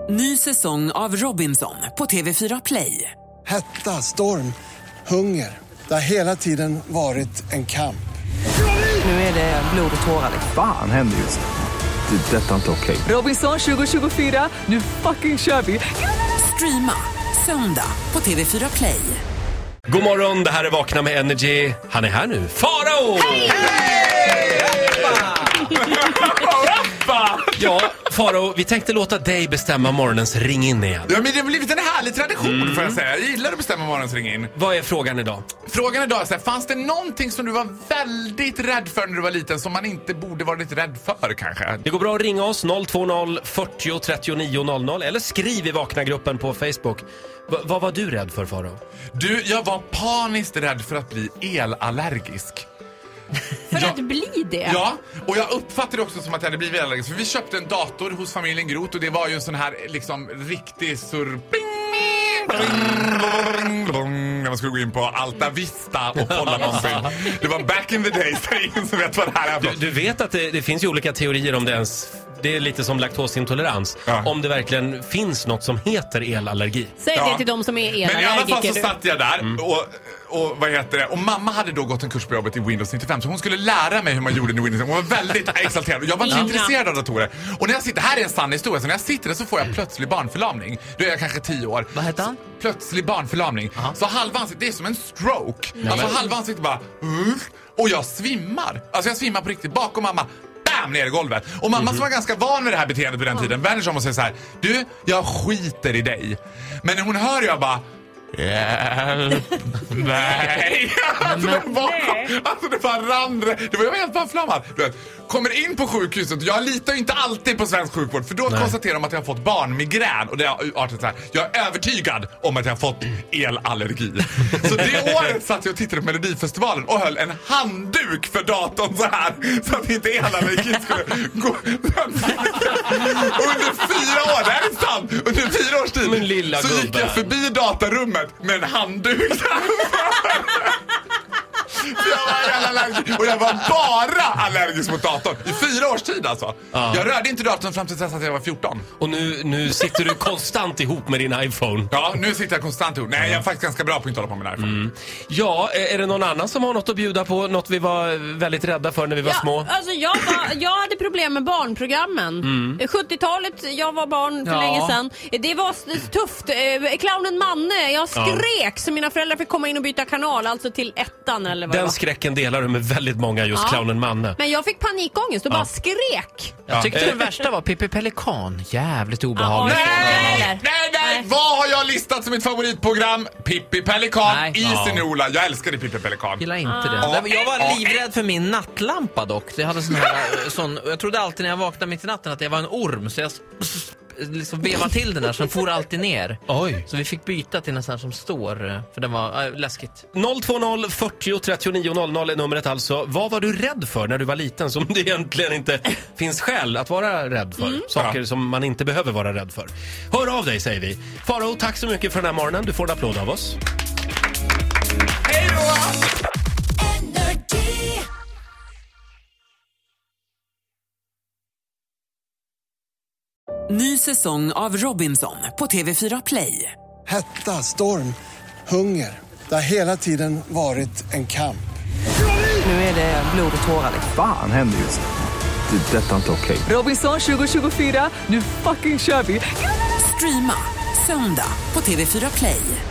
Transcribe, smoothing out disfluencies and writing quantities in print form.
Ny säsong av Robinson på TV4 Play. Hetta, storm, hunger. Det har hela tiden varit en kamp. Nu är det blod och tårar. Fan händer just det. Det är detta inte okej. Robinson 2024, nu fucking kör vi. Streama söndag på TV4 Play. God morgon, det här är Vakna med Energy. Han är här nu, Farao! Hej! Ja, Farao, vi tänkte låta dig bestämma morgonens ring in igen. Ja, men det har blivit en härlig tradition får jag säga. Jag gillar att bestämma morgonens ring in. Vad är frågan idag? Frågan idag är så här, fanns det någonting som du var väldigt rädd för när du var liten som man inte borde varit rädd för kanske? Det går bra att ringa oss 020 40 39 00 eller skriv i Vakna-gruppen på Facebook. Vad var du rädd för, Farao? Du, jag var paniskt rädd för att bli elallergisk. För att bli det? Ja, och jag uppfattade det också som att jag hade blivit allergisk. För vi köpte en dator hos familjen Groth och det var ju en sån här liksom riktig surr... när man skulle gå in på Alta Vista och kolla någonting. Det var back in the days, det är ingen som vet vad det här är. Du vet att det finns ju olika teorier om det ens... Det är lite som laktosintolerans. Ja. Om det verkligen finns något som heter elallergi. Säg det till de som är elallergiker. Men i alla fall så satt jag där och vad heter det? Och mamma hade då gått en kurs på jobbet i Windows 95 så hon skulle lära mig hur man gjorde i Windows 95. Hon var väldigt exalterad. Jag var inte intresserad av datorer. Och när jag sitter, här är en sann historia, så när jag sitter där så får jag plötslig barnförlamning. Då är jag kanske 10 år. Vad heter han? Plötslig barnförlamning. Så halva ansiktet, det är som en stroke. Alltså halva ansiktet bara och jag svimmar. Alltså jag svimmar på riktigt bakom mamma. Ner i golvet. Och mamma som var ganska van med det här beteendet på den tiden vänder sig om och säger så här: du, jag skiter i dig. Men när hon hör jag bara nej. Alltså det bara rann. Det var jag helt förflammad. Kommer in på sjukhuset. Jag litar ju inte alltid på svensk sjukvård. För då konstaterar de att jag har fått barnmigrän. Och det är artigt så här. Jag är övertygad om att jag har fått elallergi. Så det året satt jag och tittade på Melodifestivalen och höll en handduk för datorn så här. Så att inte elallergi skulle gå. Under 4 år, det här är sant. Under 4 års tid så gick jag förbi datarummet med en handduk. Och jag var bara allergisk mot datorn i 4 års tid alltså. Jag rörde inte datorn fram till dess att jag var 14. Och nu sitter du konstant ihop med din iPhone. Ja, nu sitter jag konstant ihop. Nej, jag är faktiskt ganska bra på att inte hålla på med min iPhone. Ja, är det någon annan som har något att bjuda på? Något vi var väldigt rädda för när vi var små? Alltså jag hade problem med barnprogrammen. 70-talet, jag var barn för länge sedan. Det var tufft. Clownen Manne, jag skrek så mina föräldrar fick komma in och byta kanal, alltså till 1:an eller vad. Den skräcken delar du med väldigt många, just Clownen Manne. Men jag fick panikångest och bara skrek. Jag tyckte det värsta var Pippi Pelikan. Jävligt obehagligt. Nej! Vad har jag listat som mitt favoritprogram? Pippi Pelikan, Isen i Ola. Jag älskade Pippi Pelikan. Gillar inte det. Jag var livrädd för min nattlampa dock. Jag hade jag trodde alltid när jag vaknade mitt i natten att jag var en orm. Så jag liksom vevade till den där så den for alltid ner. Oj. Så vi fick byta till en sån här som står. För den var läskigt. 020 40 39 00 är numret alltså. Vad var du rädd för när du var liten som det egentligen inte finns skäl att vara rädd för? Saker som man inte behöver vara rädd för. Hör av dig, säger vi. Farao, tack så mycket för den här morgonen. Du får en applåd av oss. Hej då! Ny säsong av Robinson på TV4 Play. Hetta, storm, hunger. Det har hela tiden varit en kamp. Nu är det blod och tårar. Fan händer just det. Det är detta inte okej. Robinson 2024, nu fucking kör vi. Streama söndag på TV4 Play.